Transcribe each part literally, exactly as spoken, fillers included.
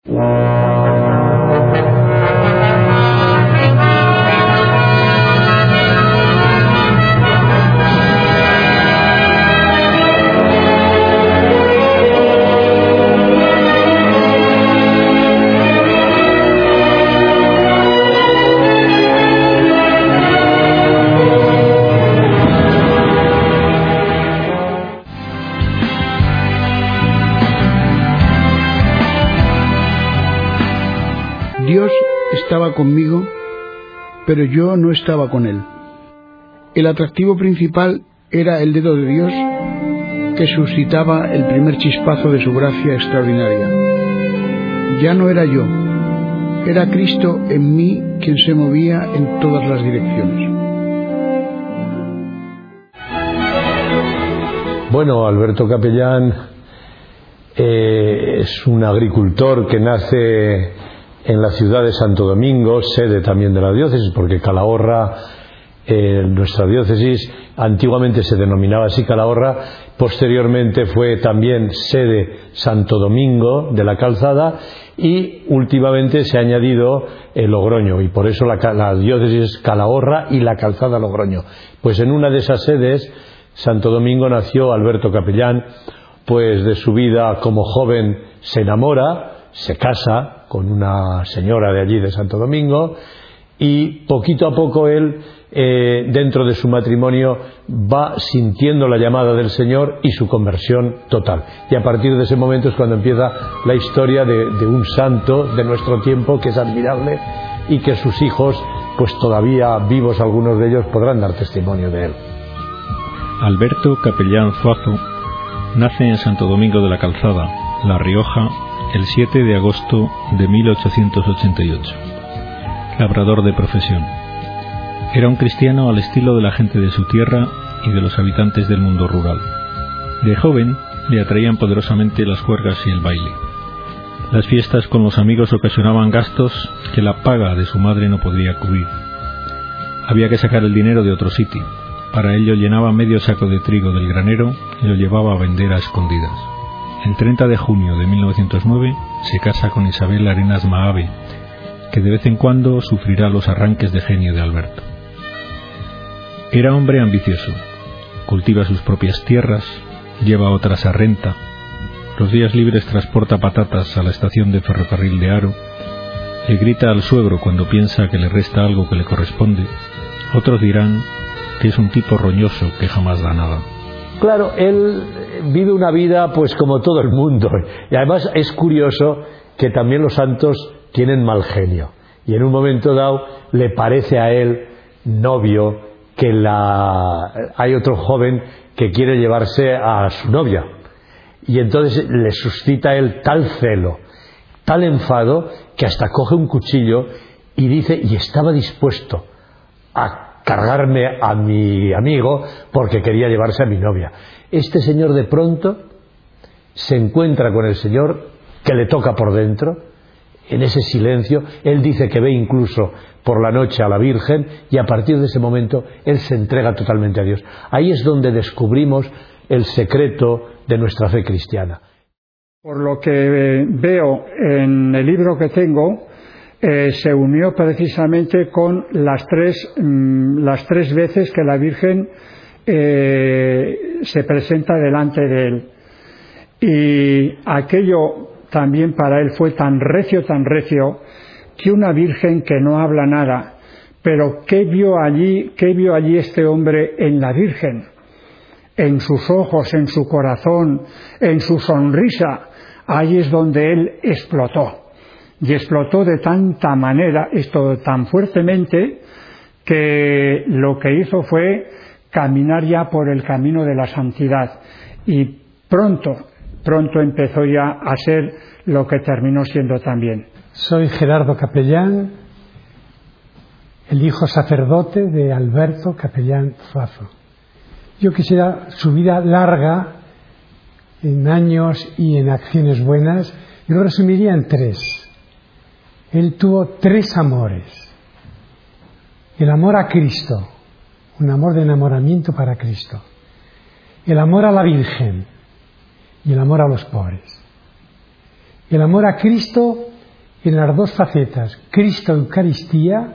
Dios estaba conmigo, pero yo no estaba con él. El atractivo principal era el dedo de Dios que suscitaba el primer chispazo de su gracia extraordinaria. Ya no era yo, era Cristo en mí quien se movía en todas las direcciones. Bueno, Alberto Capellán eh, es un agricultor que nace en la ciudad de Santo Domingo, sede también de la diócesis, porque Calahorra, eh, nuestra diócesis, antiguamente se denominaba así Calahorra, posteriormente fue también sede Santo Domingo de la Calzada y últimamente se ha añadido el Logroño, y por eso la, la diócesis es Calahorra y la Calzada Logroño. Pues en una de esas sedes, Santo Domingo, nació Alberto Capellán. Pues de su vida como joven se enamora, se casa con una señora de allí de Santo Domingo y poquito a poco él, eh, dentro de su matrimonio, va sintiendo la llamada del Señor y su conversión total. Y a partir de ese momento es cuando empieza la historia de, de un santo de nuestro tiempo que es admirable y que sus hijos, pues todavía vivos algunos de ellos, podrán dar testimonio de él. Alberto Capellán Zuazo nace en Santo Domingo de la Calzada, La Rioja, el siete de agosto de mil ochocientos ochenta y ocho. Labrador de profesión. Era un cristiano al estilo de la gente de su tierra y de los habitantes del mundo rural. De joven le atraían poderosamente las juergas y el baile. Las fiestas con los amigos ocasionaban gastos que la paga de su madre no podría cubrir. Había que sacar el dinero de otro sitio. Para ello llenaba medio saco de trigo del granero y lo llevaba a vender a escondidas. El treinta de junio de mil novecientos nueve se casa con Isabel Arenas Mahave, que de vez en cuando sufrirá los arranques de genio de Alberto. Era hombre ambicioso, cultiva sus propias tierras, lleva otras a renta, los días libres transporta patatas a la estación de ferrocarril de Haro, le grita al suegro cuando piensa que le resta algo que le corresponde. Otros dirán que es un tipo roñoso que jamás da nada. Claro, él vive una vida pues como todo el mundo, y además es curioso que también los santos tienen mal genio, y en un momento dado le parece a él novio que la... hay otro joven que quiere llevarse a su novia, y entonces le suscita a él tal celo, tal enfado, que hasta coge un cuchillo y dice, y estaba dispuesto a cargarme a mi amigo porque quería llevarse a mi novia. Este señor de pronto se encuentra con el Señor, que le toca por dentro, en ese silencio. Él dice que ve incluso por la noche a la Virgen, y a partir de ese momento él se entrega totalmente a Dios. Ahí es donde descubrimos el secreto de nuestra fe cristiana. Por lo que veo en el libro que tengo, Eh, se unió precisamente con las tres, mmm, las tres veces que la Virgen eh, se presenta delante de él. Y aquello también para él fue tan recio, tan recio, que una Virgen que no habla nada, pero ¿qué vio allí, qué vio allí este hombre en la Virgen? En sus ojos, en su corazón, en su sonrisa, ahí es donde él explotó. Y explotó de tanta manera, esto tan fuertemente, que lo que hizo fue caminar ya por el camino de la santidad. Y pronto, pronto empezó ya a ser lo que terminó siendo también. Soy Gerardo Capellán, el hijo sacerdote de Alberto Capellán Zuazo. Yo quisiera su vida larga, en años y en acciones buenas, yo lo resumiría en tres. Él tuvo tres amores. El amor a Cristo, un amor de enamoramiento para Cristo. El amor a la Virgen y el amor a los pobres. El amor a Cristo en las dos facetas, Cristo Eucaristía,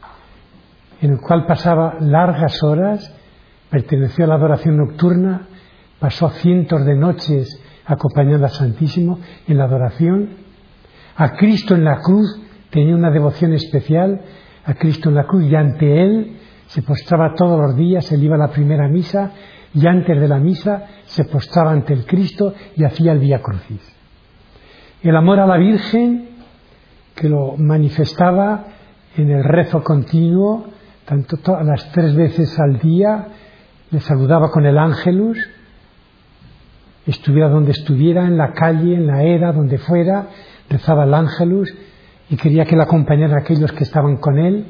en el cual pasaba largas horas, perteneció a la adoración nocturna, pasó cientos de noches acompañando al Santísimo en la adoración. A Cristo en la cruz tenía una devoción especial, a Cristo en la cruz, y ante Él se postraba todos los días. Él iba a la primera misa y antes de la misa se postraba ante el Cristo y hacía el Vía Crucis. El amor a la Virgen, que lo manifestaba en el rezo continuo, tanto todas las tres veces al día, le saludaba con el Ángelus, estuviera donde estuviera, en la calle, en la era, donde fuera, rezaba el Ángelus y quería que le acompañaran aquellos que estaban con él.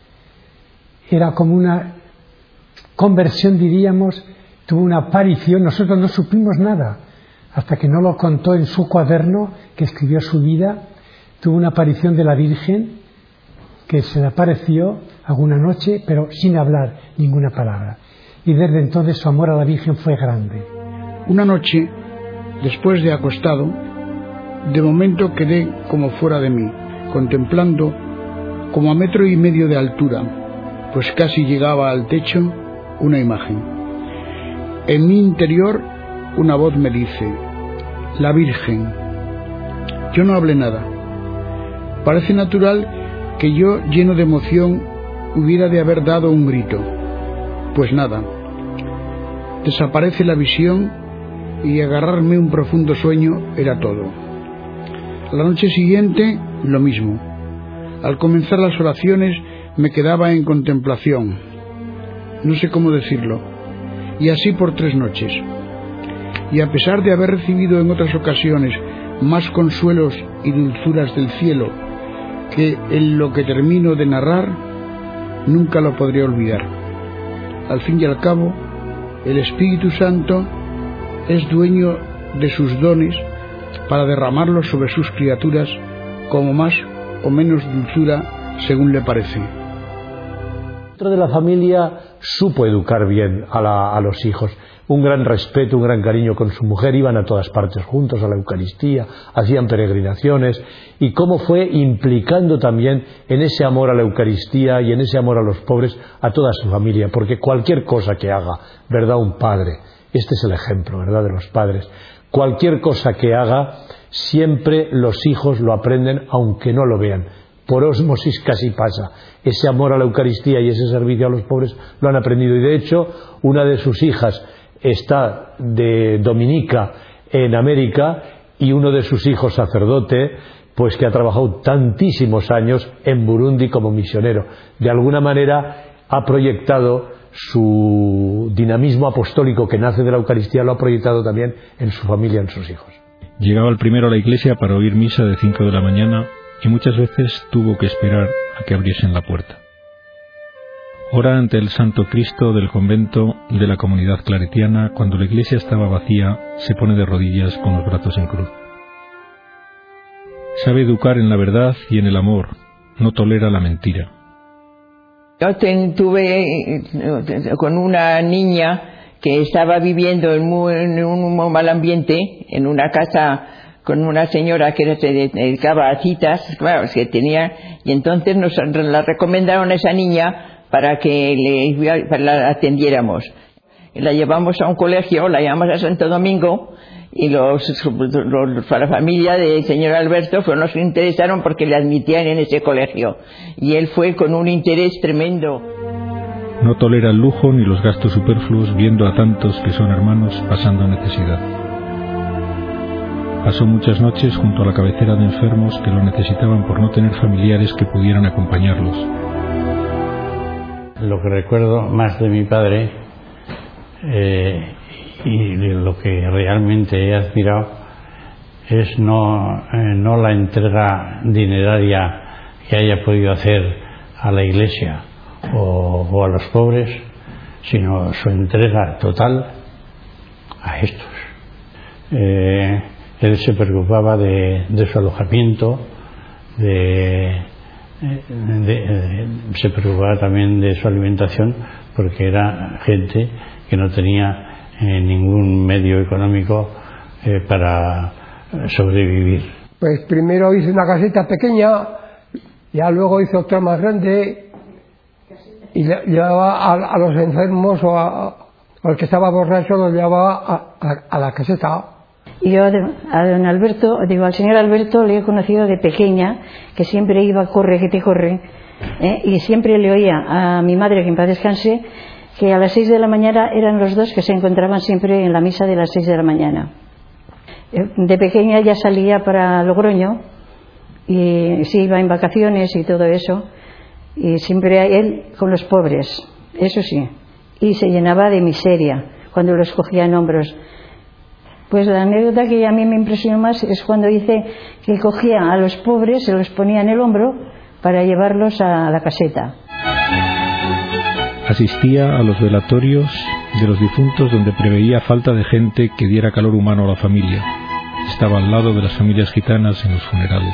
Era como una conversión, diríamos, tuvo una aparición. Nosotros no supimos nada hasta que no lo contó en su cuaderno que escribió su vida. Tuvo una aparición de la Virgen que se le apareció alguna noche, pero sin hablar ninguna palabra, y desde entonces su amor a la Virgen fue grande. Una noche, después de acostado, de momento quedé como fuera de mí, contemplando, como a metro y medio de altura, pues casi llegaba al techo, una imagen. En mi interior una voz me dice: la Virgen. Yo no hablé nada. Parece natural que yo, lleno de emoción, hubiera de haber dado un grito. Pues nada. Desaparece la visión y agarrarme un profundo sueño era todo. La noche siguiente, lo mismo. Al comenzar las oraciones me quedaba en contemplación. No sé cómo decirlo. Y así por tres noches. Y a pesar de haber recibido en otras ocasiones más consuelos y dulzuras del cielo que en lo que termino de narrar, nunca lo podré olvidar. Al fin y al cabo, el Espíritu Santo es dueño de sus dones para derramarlos sobre sus criaturas como más o menos dulzura según le parece. Dentro de la familia supo educar bien a, la, a los hijos, un gran respeto, un gran cariño con su mujer, iban a todas partes juntos a la Eucaristía, hacían peregrinaciones, y cómo fue implicando también en ese amor a la Eucaristía y en ese amor a los pobres a toda su familia, porque cualquier cosa que haga, ¿verdad?, un padre, este es el ejemplo, ¿verdad?, de los padres, cualquier cosa que haga, siempre los hijos lo aprenden aunque no lo vean. Por ósmosis casi pasa. Ese amor a la Eucaristía y ese servicio a los pobres lo han aprendido. Y de hecho, una de sus hijas está de dominica en América y uno de sus hijos, sacerdote, pues que ha trabajado tantísimos años en Burundi como misionero. De alguna manera ha proyectado su dinamismo apostólico que nace de la Eucaristía, lo ha proyectado también en su familia, en sus hijos. Llegaba el primero a la iglesia para oír misa de cinco de la mañana y muchas veces tuvo que esperar a que abriesen la puerta. Ora ante el Santo Cristo del convento de la comunidad claretiana. Cuando la iglesia estaba vacía, se pone de rodillas con los brazos en cruz. Sabe educar en la verdad y en el amor, no tolera la mentira. Yo tuve con una niña que estaba viviendo en, muy, en un muy mal ambiente, en una casa con una señora que se dedicaba a citas, claro, que tenía, y entonces nos la recomendaron a esa niña para que le, para la atendiéramos. La llevamos a un colegio, la llevamos a Santo Domingo, y los, los para la familia del señor Alberto fueron los que interesaron porque le admitían en ese colegio, y él fue con un interés tremendo. No tolera el lujo ni los gastos superfluos, viendo a tantos que son hermanos pasando necesidad. Pasó muchas noches junto a la cabecera de enfermos que lo necesitaban por no tener familiares que pudieran acompañarlos. Lo que recuerdo más de mi padre eh, y de lo que realmente he admirado es no, eh, no la entrega dineraria que haya podido hacer a la iglesia o, o a los pobres, sino su entrega total a estos. Eh, él se preocupaba de, de su alojamiento, de, de, de, se preocupaba también de su alimentación, porque era gente que no tenía eh, ningún medio económico eh, para sobrevivir. Pues primero hice una caseta pequeña, ya luego hice otra más grande y llevaba a, a los enfermos o a, a los que estaba borracho los llevaba a, a, a la caseta. Y yo a don Alberto, digo, al señor Alberto le he conocido de pequeña, que siempre iba, corre, que te corre, ¿eh? Y siempre le oía a mi madre, que en paz descanse, que a las seis de la mañana eran los dos que se encontraban siempre en la misa de las seis de la mañana. De pequeña ya salía para Logroño, y sí iba en vacaciones y todo eso, y siempre él con los pobres, eso sí, y se llenaba de miseria cuando los cogía en hombros. Pues la anécdota que a mí me impresionó más es cuando dice que cogía a los pobres, se los ponía en el hombro para llevarlos a la caseta. Asistía a los velatorios de los difuntos donde preveía falta de gente que diera calor humano a la familia. Estaba al lado de las familias gitanas en los funerales.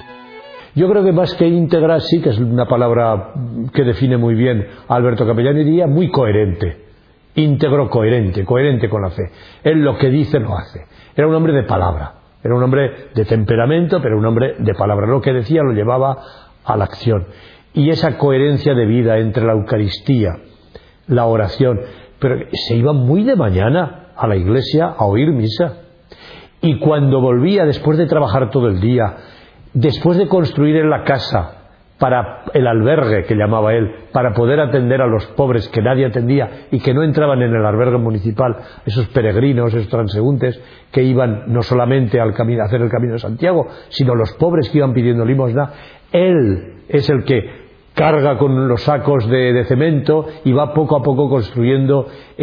Yo creo que más que íntegra, sí que es una palabra que define muy bien a Alberto Capellán, y diría muy coherente. Íntegro, coherente, coherente con la fe. Él lo que dice lo hace. Era un hombre de palabra, era un hombre de temperamento, pero un hombre de palabra. Lo que decía lo llevaba a la acción. Y esa coherencia de vida entre la Eucaristía, la oración, pero se iba muy de mañana a la iglesia a oír misa. Y cuando volvía, después de trabajar todo el día, después de construir en la casa para el albergue, que llamaba él, para poder atender a los pobres que nadie atendía y que no entraban en el albergue municipal, esos peregrinos, esos transeúntes que iban no solamente al camino, a hacer el camino de Santiago, sino los pobres que iban pidiendo limosna, él es el que carga con los sacos de, de cemento y va poco a poco construyendo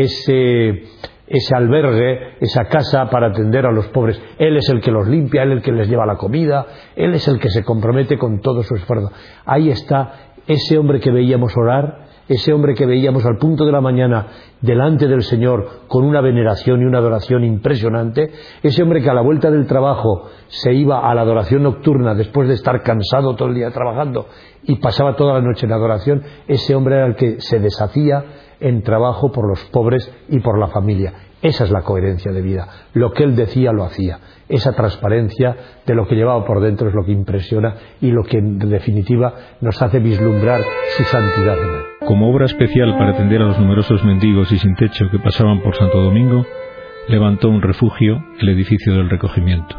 ese, ese albergue, esa casa para atender a los pobres. Él es el que los limpia, él es el que les lleva la comida, él es el que se compromete con todo su esfuerzo. Ahí está ese hombre que veíamos orar, ese hombre que veíamos al punto de la mañana delante del Señor con una veneración y una adoración impresionante, ese hombre que a la vuelta del trabajo se iba a la adoración nocturna después de estar cansado todo el día trabajando y pasaba toda la noche en adoración. Ese hombre era el que se deshacía en trabajo por los pobres y por la familia. Esa es la coherencia de vida. Lo que él decía lo hacía. Esa transparencia de lo que llevaba por dentro es lo que impresiona y lo que en definitiva nos hace vislumbrar su santidad en él. Como obra especial para atender a los numerosos mendigos y sin techo que pasaban por Santo Domingo, levantó un refugio, el edificio del recogimiento.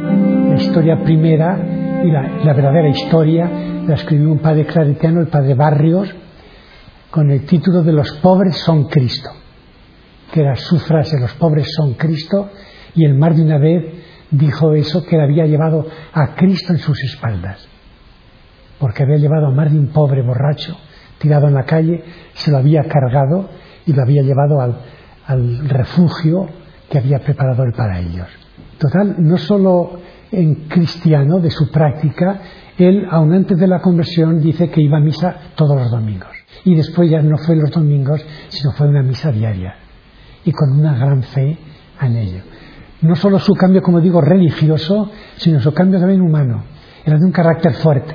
La historia primera y la, la verdadera historia la escribió un padre claretiano, el padre Barrios, con el título de Los pobres son Cristo, que era su frase, los pobres son Cristo, y él más de una vez dijo eso, que él había llevado a Cristo en sus espaldas, porque había llevado a más de un pobre borracho tirado en la calle, se lo había cargado y lo había llevado al, al refugio que había preparado él para ellos. Total, no solo en cristiano de su práctica, él aun antes de la conversión dice que iba a misa todos los domingos, y después ya no fue los domingos, sino fue una misa diaria, y con una gran fe en ello. No solo su cambio, como digo, religioso, sino su cambio también humano. Era de un carácter fuerte.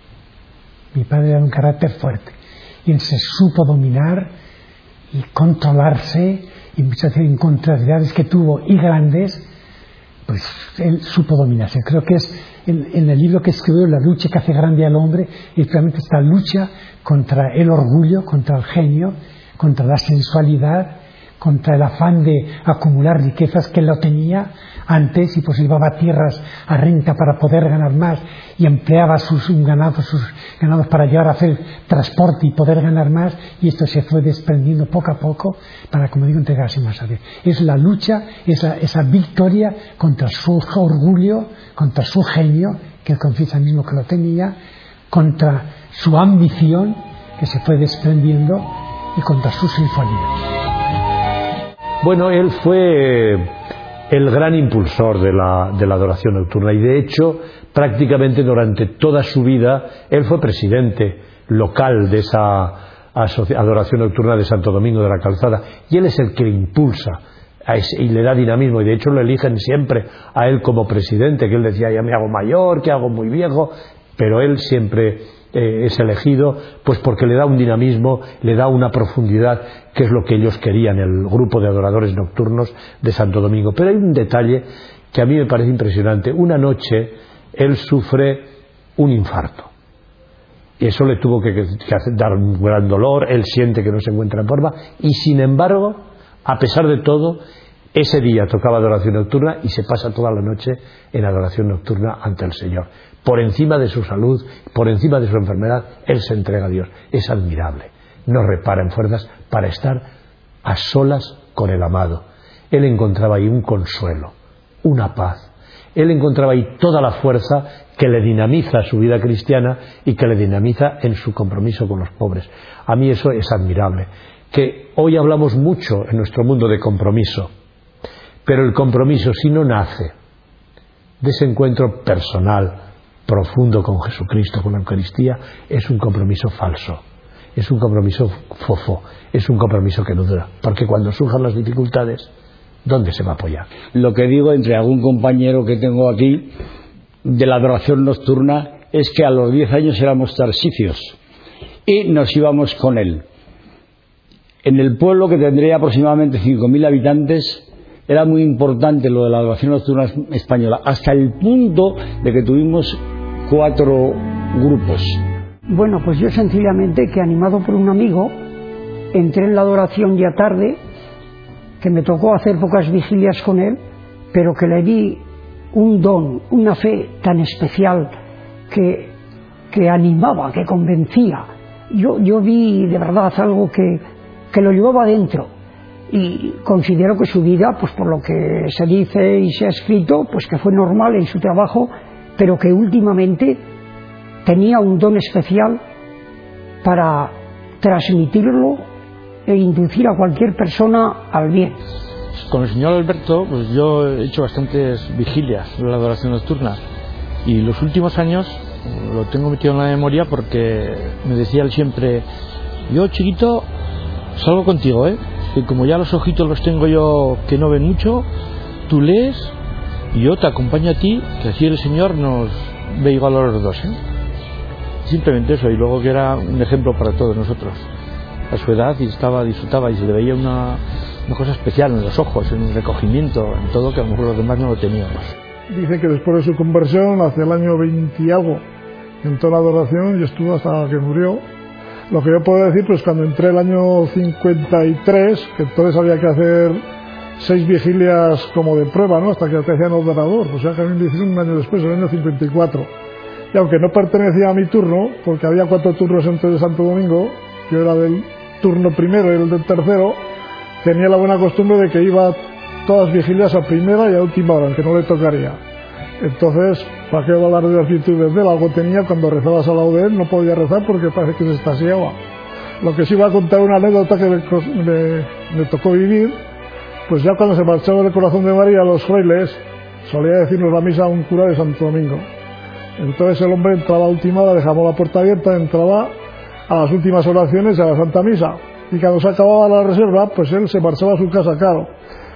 Mi padre era de un carácter fuerte. Y él se supo dominar y controlarse, y muchas contrariedades que tuvo y grandes, pues él supo dominarse. Creo que es en, en el libro que escribió, La lucha que hace grande al hombre, y realmente esta lucha contra el orgullo, contra el genio, contra la sensualidad, contra el afán de acumular riquezas que él lo tenía antes, y pues llevaba tierras a renta para poder ganar más, y empleaba sus ganados, sus ganados para llevar a hacer transporte y poder ganar más, y esto se fue desprendiendo poco a poco para, como digo, entregarse más a Dios. Es la lucha, esa, esa victoria contra su orgullo, contra su genio, que él confiesa mismo que lo tenía, contra su ambición, que se fue desprendiendo, y contra su sinfonía. Bueno, él fue el gran impulsor de la, de la adoración nocturna, y de hecho prácticamente durante toda su vida él fue presidente local de esa adoración nocturna de Santo Domingo de la Calzada, y él es el que impulsa a ese, y le da dinamismo, y de hecho lo eligen siempre a él como presidente, que él decía, ya me hago mayor, que hago muy viejo, pero él siempre eh, es elegido pues porque le da un dinamismo, le da una profundidad, que es lo que ellos querían, el grupo de adoradores nocturnos de Santo Domingo. Pero hay un detalle que a mí me parece impresionante. Una noche él sufre un infarto. Y eso le tuvo que, que hacer, dar un gran dolor, él siente que no se encuentra en forma, y sin embargo, a pesar de todo, ese día tocaba adoración nocturna y se pasa toda la noche en adoración nocturna ante el Señor. Por encima de su salud, por encima de su enfermedad, él se entrega a Dios. Es admirable. No repara en fuerzas para estar a solas con el amado. Él encontraba ahí un consuelo, una paz. Él encontraba ahí toda la fuerza que le dinamiza su vida cristiana y que le dinamiza en su compromiso con los pobres. A mí eso es admirable. Que hoy hablamos mucho en nuestro mundo de compromiso, pero el compromiso, si no nace de ese encuentro personal, profundo con Jesucristo, con la Eucaristía, es un compromiso falso, es un compromiso fofo, es un compromiso que no dura, porque cuando surjan las dificultades, ¿dónde se va a apoyar? Lo que digo entre algún compañero que tengo aquí de la adoración nocturna es que a los diez años éramos tarsicios y nos íbamos con él. En el pueblo, que tendría aproximadamente cinco mil habitantes, era muy importante lo de la adoración nocturna española, hasta el punto de que tuvimos cuatro grupos. Bueno, pues yo sencillamente, que animado por un amigo, entré en la adoración ya tarde, que me tocó hacer pocas vigilias con él, pero que le vi un don, una fe tan especial que, que animaba, que convencía. Yo, yo vi de verdad algo que, que lo llevaba dentro, y considero que su vida, pues por lo que se dice y se ha escrito, pues que fue normal en su trabajo, pero que últimamente tenía un don especial para transmitirlo e inducir a cualquier persona al bien. Con el señor Alberto, pues yo he hecho bastantes vigilias de la adoración nocturna, y los últimos años lo tengo metido en la memoria porque me decía él siempre: yo, chiquito, salgo contigo, ¿eh? que como ya los ojitos los tengo yo que no ven mucho, tú lees y yo te acompaño a ti, que así el Señor nos ve igual a los dos, ¿eh? Simplemente eso, y luego que era un ejemplo para todos nosotros a su edad, y estaba, disfrutaba, y se le veía una, una cosa especial en los ojos, en el recogimiento, en todo, que a lo mejor los demás no lo teníamos. Dice que después de su conversión, hacia el año veinte y algo, entró en la adoración y estuvo hasta que murió. Lo que yo puedo decir, pues cuando entré el año cincuenta y tres, que entonces había que hacer seis vigilias como de prueba, ¿no? Hasta que te hacían ordenador, o sea que a mí me hicieron un año después, en el año cincuenta y cuatro. Y aunque no pertenecía a mi turno, porque había cuatro turnos antes de Santo Domingo, yo era del turno primero y el del tercero, tenía la buena costumbre de que iba todas vigilias a primera y a última hora, aunque no le tocaría. Entonces, ¿para qué hablar de las virtudes de él? Algo tenía, cuando rezabas al lado de él no podía rezar porque parece que se estasiaba. Lo que sí iba a contar una anécdota que me, me, me tocó vivir, pues ya cuando se marchaba del corazón de María, los frailes, solía decirnos la misa a un cura de Santo Domingo. Entonces el hombre entraba a última hora, dejaba la puerta abierta, entraba a las últimas oraciones, a la Santa Misa. Y cuando se acababa la reserva, pues él se marchaba a su casa, claro.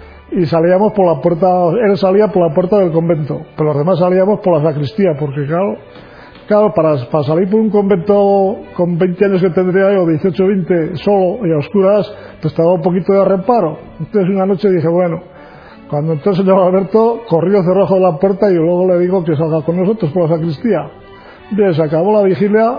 Y salíamos por la puerta, él salía por la puerta del convento, pero los demás salíamos por la sacristía, porque claro, claro para, para salir por un convento con veinte años que tendría yo, dieciocho, veinte, solo y a oscuras, pues estaba un poquito de reparo. Entonces una noche dije, bueno, cuando entró el señor Alberto, corrió el cerrojo de la puerta y yo luego le digo que salga con nosotros por la sacristía. Bien, se acabó la vigilia,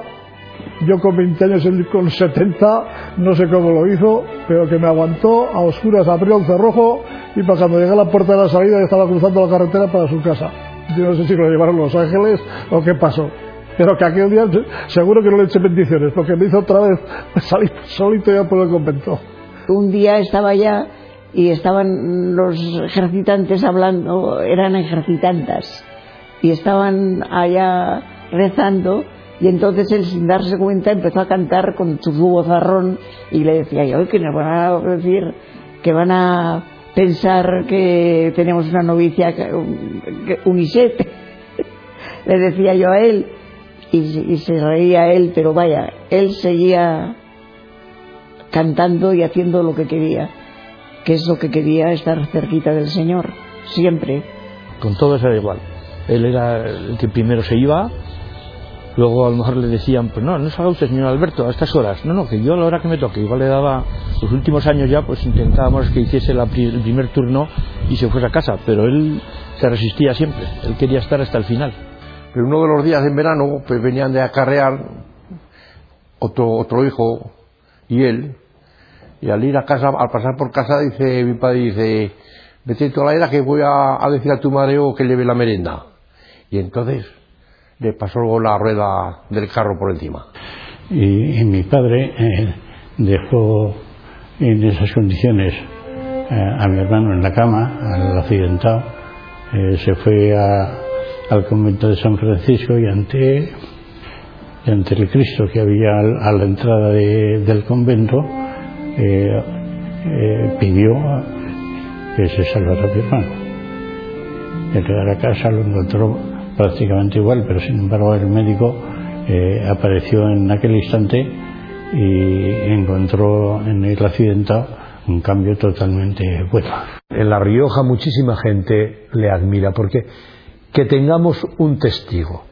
yo con veinte años, él con setenta, no sé cómo lo hizo, pero que me aguantó, a oscuras abrió el cerrojo, y para cuando llegué a la puerta de la salida ya estaba cruzando la carretera para su casa. Yo no sé si lo llevaron Los Ángeles o qué pasó, pero que aquel día seguro que no le eché bendiciones, porque me hizo otra vez salir solito ya por el convento. Un día estaba ya y estaban los ejercitantes hablando, eran ejercitantas, y estaban allá rezando, y entonces él, sin darse cuenta, empezó a cantar con su vozarrón, y le decía yo, que nos van a decir, que van a pensar que tenemos una novicia uniset. Le decía yo a él, y, y se reía él, pero vaya, él seguía cantando y haciendo lo que quería, que es lo que quería, estar cerquita del Señor, siempre. Con todos era igual, él era el que primero se iba. Luego a lo mejor le decían, pues no, no salga usted, señor Alberto, a estas horas. No, no, que yo a la hora que me toque. Igual le daba, los últimos años ya, pues intentábamos que hiciese la, el primer turno y se fuese a casa. Pero él se resistía siempre, él quería estar hasta el final. Pero uno de los días en verano, pues venían de acarrear otro, otro hijo y él, y al ir a casa, al pasar por casa, dice mi padre, dice, vete toda la era que voy a, a decir a tu madre o que lleve la merenda. Y entonces le pasó la rueda del carro por encima. Y, y mi padre eh, dejó en esas condiciones eh, a mi hermano en la cama, al accidentado, eh, se fue a, al convento de San Francisco y ante, y ante el Cristo que había a, a la entrada de, del convento, eh, eh, pidió que se salvara a mi hermano. Al llegar a casa lo encontró prácticamente igual, pero sin embargo el médico eh, apareció en aquel instante y encontró en el accidentado un cambio totalmente bueno. En La Rioja muchísima gente le admira porque que tengamos un testigo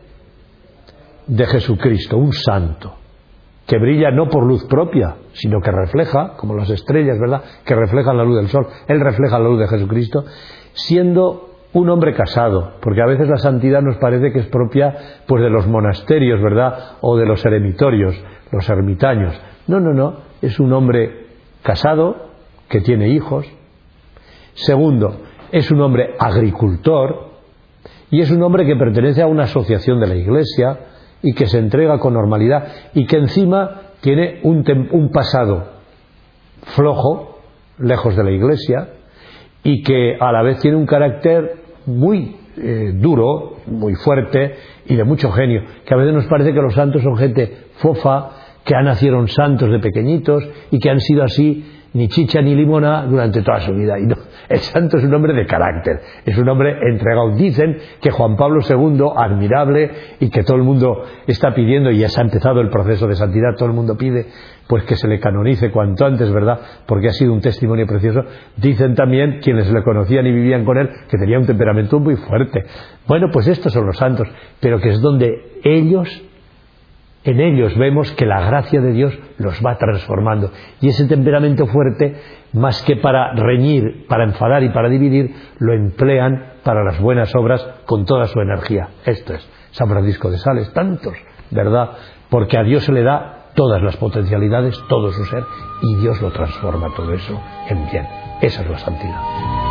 de Jesucristo, un santo, que brilla no por luz propia, sino que refleja, como las estrellas, ¿verdad?, que reflejan la luz del sol. Él refleja la luz de Jesucristo, siendo un hombre casado, porque a veces la santidad nos parece que es propia pues de los monasterios, ¿verdad?, o de los eremitorios, los ermitaños. No, no, no, es un hombre casado que tiene hijos. Segundo, es un hombre agricultor y es un hombre que pertenece a una asociación de la Iglesia y que se entrega con normalidad y que encima tiene un, un pasado flojo, lejos de la Iglesia, y que a la vez tiene un carácter muy eh, duro, muy fuerte y de mucho genio, que a veces nos parece que los santos son gente fofa, que nacieron santos de pequeñitos y que han sido así ni chicha ni limona durante toda su vida. Y no, el santo es un hombre de carácter, es un hombre entregado. Dicen que Juan Pablo segundo, admirable, y que todo el mundo está pidiendo, y ya se ha empezado el proceso de santidad, todo el mundo pide pues que se le canonice cuanto antes, ¿verdad?, porque ha sido un testimonio precioso. Dicen también quienes le conocían y vivían con él que tenía un temperamento muy fuerte. Bueno, pues estos son los santos, pero que es donde ellos, en ellos vemos que la gracia de Dios los va transformando, y ese temperamento fuerte, más que para reñir, para enfadar y para dividir, lo emplean para las buenas obras con toda su energía. Esto es San Francisco de Sales, tantos, ¿verdad?, porque a Dios se le da todas las potencialidades, todo su ser, y Dios lo transforma todo eso en bien. Esa es la santidad.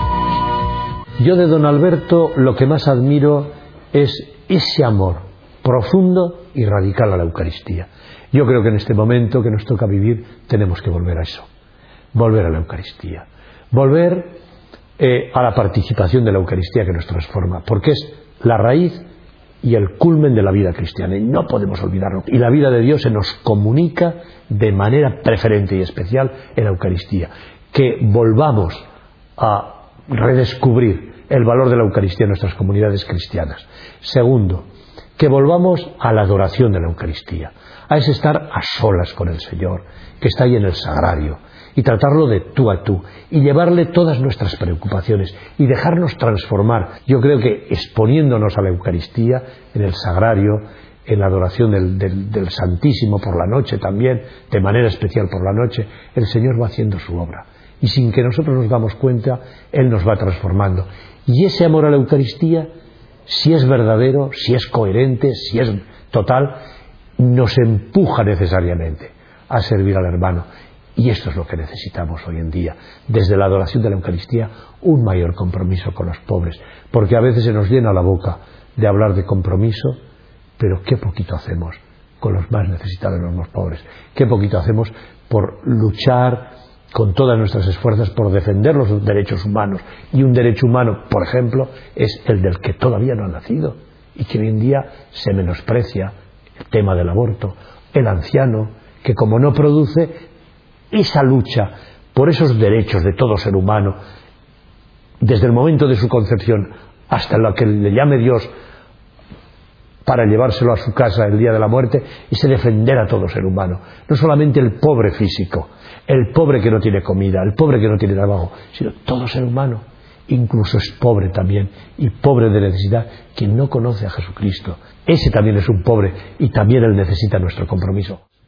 Yo de don Alberto lo que más admiro es ese amor profundo y radical a la Eucaristía. Yo creo que en este momento que nos toca vivir tenemos que volver a eso, volver a la Eucaristía, volver eh, a la participación de la Eucaristía que nos transforma, porque es la raíz y el culmen de la vida cristiana, y no podemos olvidarlo. Y la vida de Dios se nos comunica de manera preferente y especial en la Eucaristía. Que volvamos a redescubrir el valor de la Eucaristía en nuestras comunidades cristianas. Segundo, que volvamos a la adoración de la Eucaristía, a ese estar a solas con el Señor, que está ahí en el sagrario, y tratarlo de tú a tú, y llevarle todas nuestras preocupaciones, y dejarnos transformar. Yo creo que exponiéndonos a la Eucaristía, en el sagrario, en la adoración del, del, del Santísimo por la noche también, de manera especial por la noche, el Señor va haciendo su obra, y sin que nosotros nos damos cuenta, Él nos va transformando. Y ese amor a la Eucaristía, si es verdadero, si es coherente, si es total, nos empuja necesariamente a servir al hermano. Y esto es lo que necesitamos hoy en día, desde la adoración de la Eucaristía, un mayor compromiso con los pobres, porque a veces se nos llena la boca de hablar de compromiso, pero qué poquito hacemos con los más necesitados, los más pobres, qué poquito hacemos por luchar con todas nuestras esfuerzas por defender los derechos humanos. Y un derecho humano, por ejemplo, es el del que todavía no ha nacido y que hoy en día se menosprecia, el tema del aborto, el anciano, que como no produce, esa lucha por esos derechos de todo ser humano, desde el momento de su concepción hasta lo que le llame Dios para llevárselo a su casa el día de la muerte, ese defender a todo ser humano, no solamente el pobre físico, el pobre que no tiene comida, el pobre que no tiene trabajo, sino todo ser humano, incluso es pobre también, y pobre de necesidad, quien no conoce a Jesucristo. Ese también es un pobre, y también él necesita nuestro compromiso.